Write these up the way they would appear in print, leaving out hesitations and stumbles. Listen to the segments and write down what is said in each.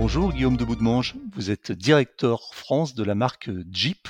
Bonjour Guillaume de Boudemange, vous êtes directeur France de la marque Jeep.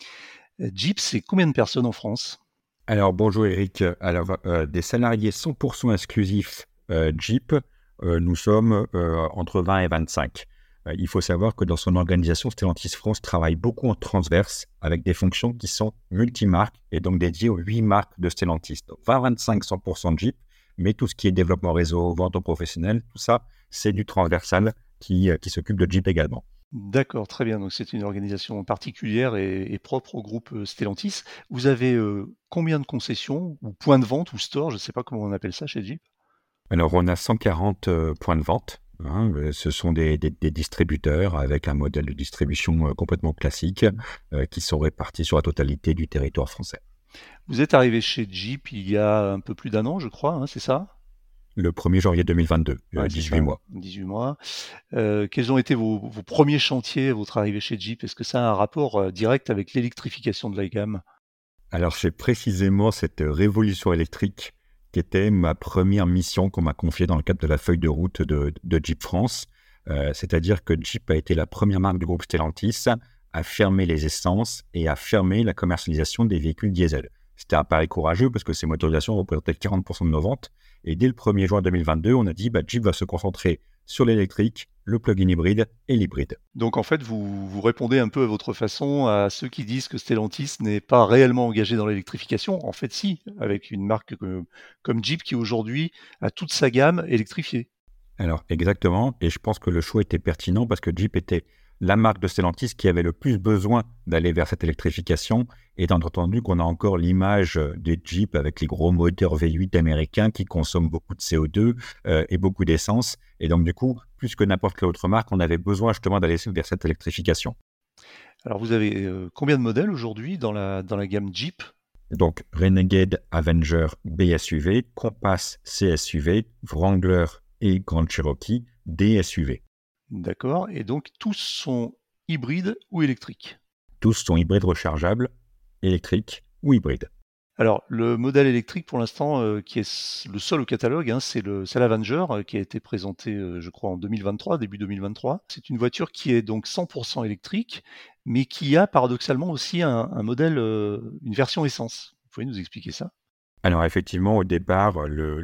Jeep, c'est combien de personnes en France? Alors bonjour Eric, des salariés 100% exclusifs Jeep, nous sommes entre 20 et 25. Il faut savoir que dans son organisation, Stellantis France travaille beaucoup en transverse avec des fonctions qui sont multimarques et donc dédiées aux 8 marques de Stellantis. Donc 20-25, 100% Jeep, mais tout ce qui est développement réseau, vente aux professionnels, tout ça, c'est du transversal qui s'occupe de Jeep également. D'accord, très bien. Donc c'est une organisation particulière et propre au groupe Stellantis. Vous avez combien de concessions ou points de vente ou stores, je ne sais pas comment on appelle ça chez Jeep? Alors, on a 140 points de vente. Ce sont des distributeurs avec un modèle de distribution complètement classique qui sont répartis sur la totalité du territoire français. Vous êtes arrivé chez Jeep il y a un peu plus d'un an, je crois, hein, c'est ça? Le 1er janvier 2022, Ouais, c'est 18 ça, mois. 18 mois. Quels ont été vos premiers chantiers à votre arrivée chez Jeep? Est-ce que ça a un rapport direct avec l'électrification de la gamme? Alors, c'est précisément cette révolution électrique qui était ma première mission qu'on m'a confiée dans le cadre de la feuille de route de Jeep France. C'est-à-dire que Jeep a été la première marque du groupe Stellantis à fermer les essences et à fermer la commercialisation des véhicules diesel. C'était un pari courageux parce que ces motorisations représentaient 40% de nos ventes. Et dès le 1er juin 2022, on a dit Jeep va se concentrer sur l'électrique, le plug-in hybride et l'hybride. Donc en fait, vous répondez un peu à votre façon à ceux qui disent que Stellantis n'est pas réellement engagé dans l'électrification. En fait, si, avec une marque comme Jeep qui aujourd'hui a toute sa gamme électrifiée. Alors, exactement. Et je pense que le choix était pertinent parce que Jeep était la marque de Stellantis qui avait le plus besoin d'aller vers cette électrification. Étant entendu qu'on a encore l'image des Jeep avec les gros moteurs V8 américains qui consomment beaucoup de CO2 et beaucoup d'essence. Et donc, du coup, plus que n'importe quelle autre marque, on avait besoin justement d'aller vers cette électrification. Alors vous avez combien de modèles aujourd'hui dans la gamme Jeep? Donc, Renegade, Avenger, BSUV, Compass, CSUV, Wrangler et Grand Cherokee, DSUV. D'accord. Et donc tous sont hybrides ou électriques. Tous sont hybrides rechargeables, électriques ou hybrides. Alors, le modèle électrique, pour l'instant, qui est le seul au catalogue, hein, c'est l'Avenger, qui a été présenté, je crois, en 2023, début 2023. C'est une voiture qui est donc 100% électrique, mais qui a paradoxalement aussi un modèle, une version essence. Vous pouvez nous expliquer ça? Alors effectivement, au départ,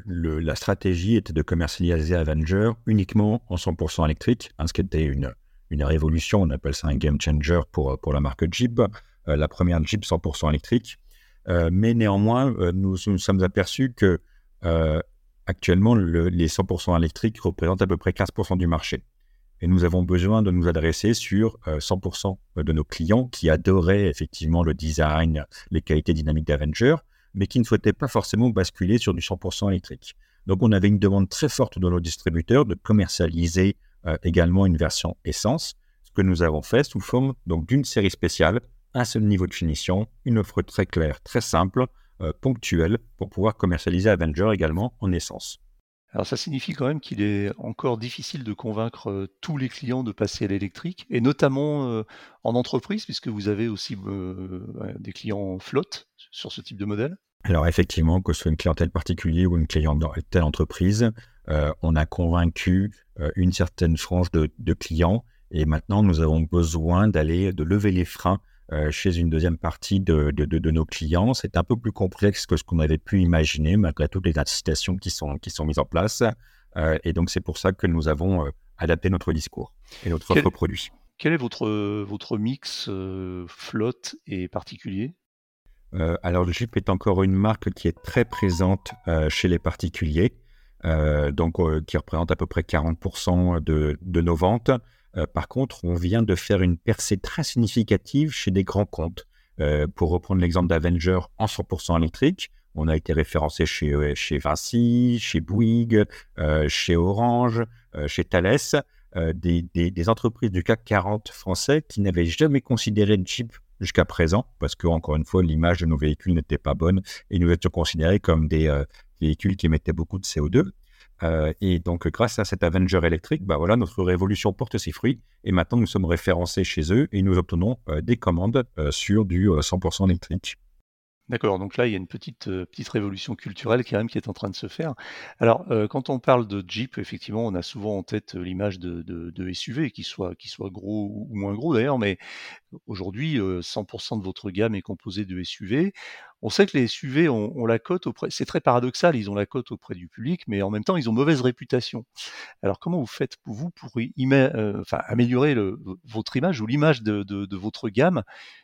la stratégie était de commercialiser Avenger uniquement en 100% électrique, ce qui était une révolution, on appelle ça un game changer pour la marque Jeep, la première Jeep 100% électrique. Mais néanmoins, nous sommes aperçus que actuellement, les 100% électriques représentent à peu près 15% du marché. Et nous avons besoin de nous adresser sur 100% de nos clients qui adoraient effectivement le design, les qualités dynamiques d'Avenger, mais qui ne souhaitaient pas forcément basculer sur du 100% électrique. Donc, on avait une demande très forte de nos distributeurs de commercialiser également une version essence, ce que nous avons fait sous forme donc, d'une série spéciale, un seul niveau de finition, une offre très claire, très simple, ponctuelle, pour pouvoir commercialiser Avenger également en essence. Alors ça signifie quand même qu'il est encore difficile de convaincre, tous les clients de passer à l'électrique et notamment, en entreprise puisque vous avez aussi, ouais, des clients flotte sur ce type de modèle? Alors effectivement, que ce soit une clientèle particulière ou une clientèle entreprise, on a convaincu une certaine frange de clients et maintenant nous avons besoin de lever les freins chez une deuxième partie de nos clients. C'est un peu plus complexe que ce qu'on avait pu imaginer malgré toutes les incitations qui sont mises en place. Et donc c'est pour ça que nous avons adapté notre discours et notre Quel offre produit. quel est votre mix, flotte et particulier? Alors, le Jeep est encore une marque qui est très présente chez les particuliers, qui représente à peu près 40% de nos ventes. Par contre, on vient de faire une percée très significative chez des grands comptes. Pour reprendre l'exemple d'Avenger en 100% électrique, on a été référencé chez Vinci, chez Bouygues, chez Orange, chez Thales, des entreprises du CAC 40 français qui n'avaient jamais considéré Jeep jusqu'à présent, parce que encore une fois, l'image de nos véhicules n'était pas bonne et nous étions considérés comme des véhicules qui émettaient beaucoup de CO2. Et donc, grâce à cet Avenger électrique, voilà, notre révolution porte ses fruits et maintenant nous sommes référencés chez eux et nous obtenons des commandes sur du 100% électrique. D'accord, donc là, il y a une petite révolution culturelle quand même qui est en train de se faire. Alors, quand on parle de Jeep, effectivement, on a souvent en tête, l'image de SUV, qui soit gros ou moins gros d'ailleurs, mais aujourd'hui, 100 de votre gamme est composée de SUV. On sait que les SUV ont la cote auprès, c'est très paradoxal, ils ont la cote auprès du public, mais en même temps, ils ont mauvaise réputation. Alors comment vous faites vous pour enfin, améliorer votre image ou l'image de votre gamme,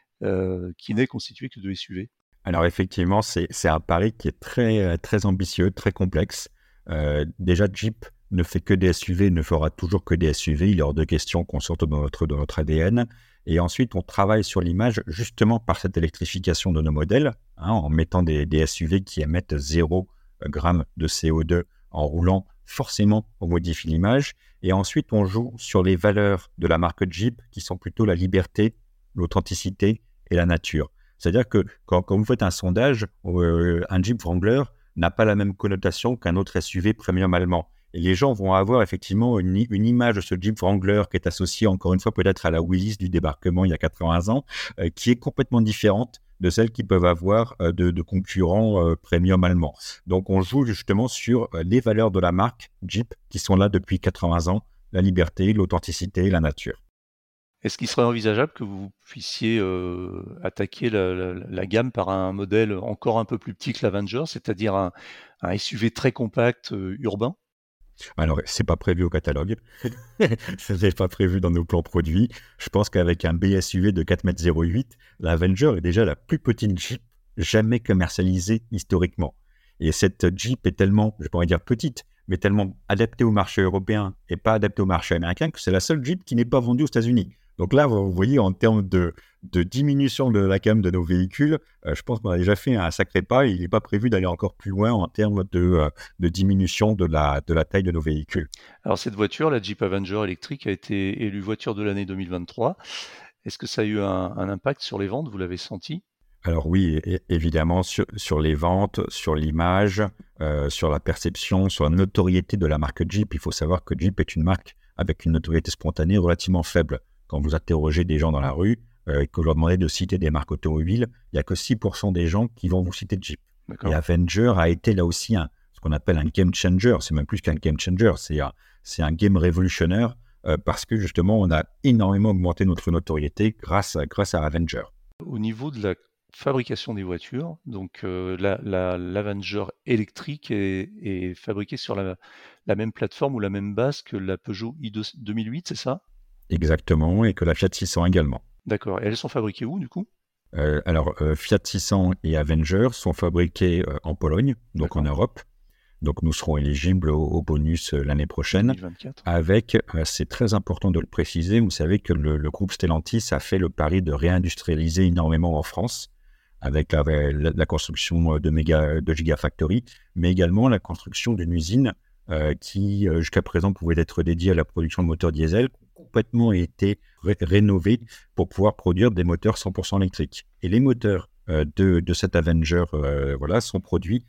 qui n'est constituée que de SUV? Alors effectivement, c'est un pari qui est très ambitieux, très complexe. Déjà, Jeep ne fait que des SUV, ne fera toujours que des SUV. Il est hors de question qu'on sorte de notre ADN. Et ensuite, on travaille sur l'image justement par cette électrification de nos modèles, en mettant des SUV qui émettent 0 g de CO2 en roulant. Forcément, on modifie l'image. Et ensuite, on joue sur les valeurs de la marque Jeep qui sont plutôt la liberté, l'authenticité et la nature. C'est-à-dire que quand vous faites un sondage, un Jeep Wrangler n'a pas la même connotation qu'un autre SUV premium allemand. Et les gens vont avoir effectivement une image de ce Jeep Wrangler qui est associée encore une fois peut-être à la Willys du débarquement il y a 80 ans, qui est complètement différente de celle qu'ils peuvent avoir de concurrents premium allemands. Donc on joue justement sur les valeurs de la marque Jeep qui sont là depuis 80 ans, la liberté, l'authenticité, la nature. Est-ce qu'il serait envisageable que vous puissiez, attaquer la gamme par un modèle encore un peu plus petit que l'Avenger, c'est-à-dire un SUV très compact, urbain? Alors, c'est pas prévu au catalogue. Ce n'est pas prévu dans nos plans produits. Je pense qu'avec un BSUV de 4,08 m, l'Avenger est déjà la plus petite Jeep jamais commercialisée historiquement. Et cette Jeep est tellement, je pourrais dire petite, mais tellement adaptée au marché européen et pas adaptée au marché américain que c'est la seule Jeep qui n'est pas vendue aux États-Unis. Donc là, vous voyez, en termes de diminution de la gamme de nos véhicules, je pense qu'on a déjà fait un sacré pas et il n'est pas prévu d'aller encore plus loin en termes de diminution de la taille de nos véhicules. Alors cette voiture, la Jeep Avenger électrique, a été élue voiture de l'année 2023. Est-ce que ça a eu un impact sur les ventes? Vous l'avez senti? Alors oui, évidemment, sur les ventes, sur l'image, sur la perception, sur la notoriété de la marque Jeep. Il faut savoir que Jeep est une marque avec une notoriété spontanée relativement faible. Quand vous interrogez des gens dans la rue et que vous leur demandez de citer des marques automobiles, il n'y a que 6% des gens qui vont vous citer Jeep. D'accord. Et Avenger a été là aussi ce qu'on appelle un game changer. C'est même plus qu'un game changer, c'est un game révolutionnaire parce que justement, on a énormément augmenté notre notoriété grâce à Avenger. Au niveau de la fabrication des voitures, donc l'Avenger électrique est fabriquée sur la même plateforme ou la même base que la Peugeot 2008, c'est ça? Exactement, et que la Fiat 600 également. D'accord. Et elles sont fabriquées où du coup? Alors, Fiat 600 et Avenger sont fabriqués en Pologne, donc D'accord. en Europe. Donc, nous serons éligibles au bonus l'année prochaine. 2024. Avec, c'est très important de le préciser, vous savez que le groupe Stellantis a fait le pari de réindustrialiser énormément en France, avec la construction de Gigafactory, mais également la construction d'une usine qui, jusqu'à présent, pouvait être dédiée à la production de moteurs diesel, complètement été rénovée pour pouvoir produire des moteurs 100% électriques. Et les moteurs de cet Avenger sont produits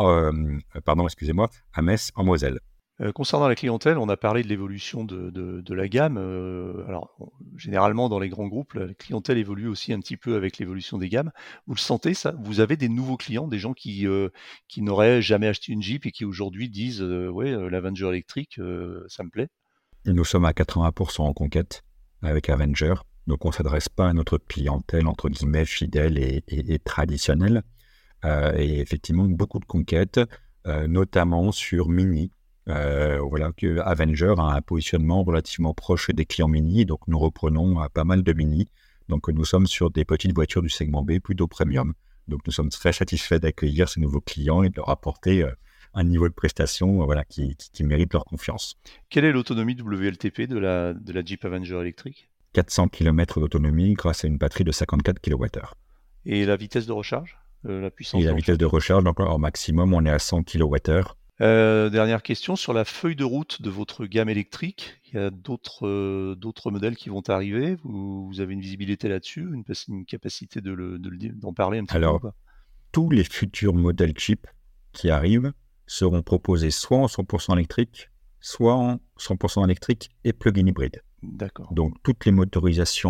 à Metz, en Moselle. Concernant la clientèle, on a parlé de l'évolution de la gamme. Généralement, dans les grands groupes, la clientèle évolue aussi un petit peu avec l'évolution des gammes. Vous le sentez, ça? Vous avez des nouveaux clients, des gens qui n'auraient jamais acheté une Jeep et qui aujourd'hui disent ouais, l'Avenger électrique, ça me plaît. Nous sommes à 80% en conquête avec Avenger. Donc, on ne s'adresse pas à notre clientèle, entre guillemets, fidèle et traditionnelle. Et effectivement, beaucoup de conquêtes, notamment sur Mini. Que Avenger a un positionnement relativement proche des clients Mini, donc nous reprenons pas mal de Mini. Donc nous sommes sur des petites voitures du segment B, plutôt premium. Donc nous sommes très satisfaits d'accueillir ces nouveaux clients et de leur apporter un niveau de prestation qui mérite leur confiance. Quelle est l'autonomie WLTP de la Jeep Avenger électrique? 400 km d'autonomie grâce à une batterie de 54 kWh. Et la vitesse de recharge? La puissance Et la vitesse de recharge, donc en maximum, on est à 100 kWh. Dernière question sur la feuille de route de votre gamme électrique. Il y a d'autres modèles qui vont arriver. Vous avez une visibilité là-dessus, une capacité d'en parler un petit peu ou pas? Tous les futurs modèles Jeep qui arrivent seront proposés soit en 100% électrique, soit en 100% électrique et plug-in hybride. D'accord. Donc toutes les motorisations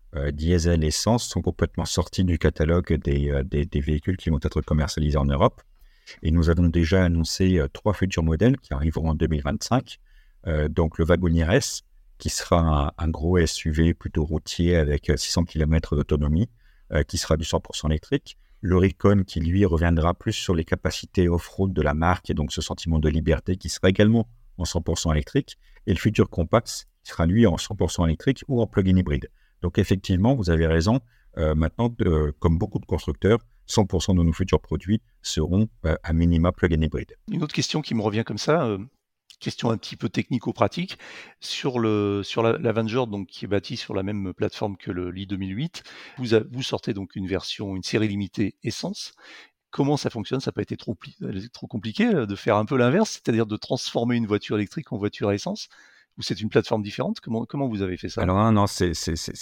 diesel essence sont complètement sortis du catalogue des véhicules qui vont être commercialisés en Europe. Et nous avons déjà annoncé 3 futurs modèles qui arriveront en 2025. Donc le Wagoneer S, qui sera un gros SUV plutôt routier avec 600 km d'autonomie, qui sera du 100% électrique. Le Recon, qui lui reviendra plus sur les capacités off-road de la marque et donc ce sentiment de liberté qui sera également en 100% électrique. Et le futur Compass, qui sera lui en 100% électrique ou en plug-in hybride. Donc effectivement, vous avez raison, maintenant, comme beaucoup de constructeurs, 100% de nos futurs produits seront à minima plug-in hybride. Une autre question qui me revient comme ça, question un petit peu technico-pratique, sur l'Avenger, donc qui est bâti sur la même plateforme que le Lee 2008, vous sortez donc une série limitée essence. Comment ça fonctionne? Ça n'a pas été trop compliqué de faire un peu l'inverse, c'est-à-dire de transformer une voiture électrique en voiture à essence? Ou c'est une plateforme différente? Comment vous avez fait ça? Alors non, c'est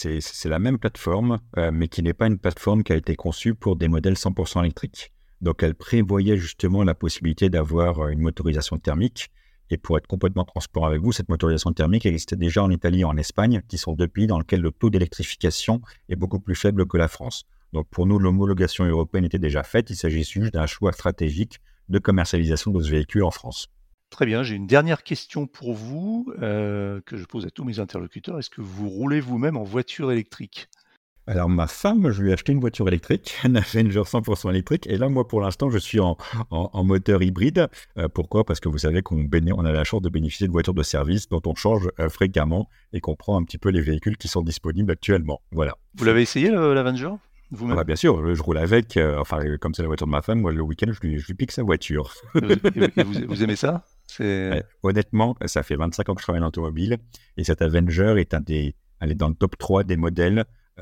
la même plateforme, mais qui n'est pas une plateforme qui a été conçue pour des modèles 100% électriques. Donc elle prévoyait justement la possibilité d'avoir une motorisation thermique. Et pour être complètement transparent avec vous, cette motorisation thermique existait déjà en Italie et en Espagne, qui sont 2 pays dans lesquels le taux d'électrification est beaucoup plus faible que la France. Donc pour nous, l'homologation européenne était déjà faite. Il s'agit juste d'un choix stratégique de commercialisation de ce véhicule en France. Très bien, j'ai une dernière question pour vous, que je pose à tous mes interlocuteurs. Est-ce que vous roulez vous-même en voiture électrique? Alors ma femme, je lui ai acheté une voiture électrique, une Avenger 100% électrique. Et là, moi, pour l'instant, je suis en moteur hybride. Pourquoi? Parce que vous savez on a la chance de bénéficier de voitures de service dont on change fréquemment et qu'on prend un petit peu les véhicules qui sont disponibles actuellement. Voilà. Vous l'avez essayé, l'Avenger, vous-même? Bien sûr, je roule avec. Comme c'est la voiture de ma femme, moi, le week-end, je lui pique sa voiture. Et vous aimez ça? Honnêtement, ça fait 25 ans que je travaille en automobile et cette Avenger elle est dans le top 3 des modèles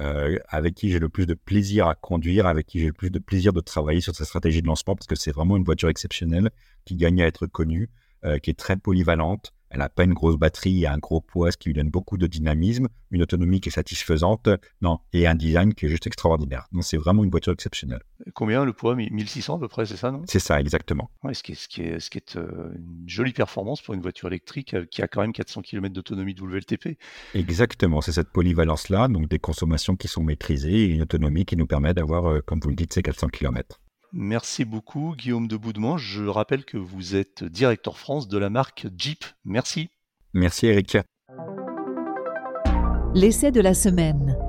avec qui j'ai le plus de plaisir à conduire, avec qui j'ai le plus de plaisir de travailler sur sa stratégie de lancement, parce que c'est vraiment une voiture exceptionnelle qui gagne à être connue, qui est très polyvalente. Elle n'a pas une grosse batterie et un gros poids, ce qui lui donne beaucoup de dynamisme, une autonomie qui est satisfaisante, et un design qui est juste extraordinaire. Donc c'est vraiment une voiture exceptionnelle. Combien le poids? 1600 à peu près, c'est ça, non? C'est ça, exactement. Ouais, ce qui est une jolie performance pour une voiture électrique qui a quand même 400 km d'autonomie de WLTP. Exactement, c'est cette polyvalence-là, donc des consommations qui sont maîtrisées et une autonomie qui nous permet d'avoir, comme vous le dites, ces 400 km. Merci beaucoup, Guillaume de Boudemont. Je rappelle que vous êtes directeur France de la marque Jeep. Merci. Merci Eric. L'essai de la semaine.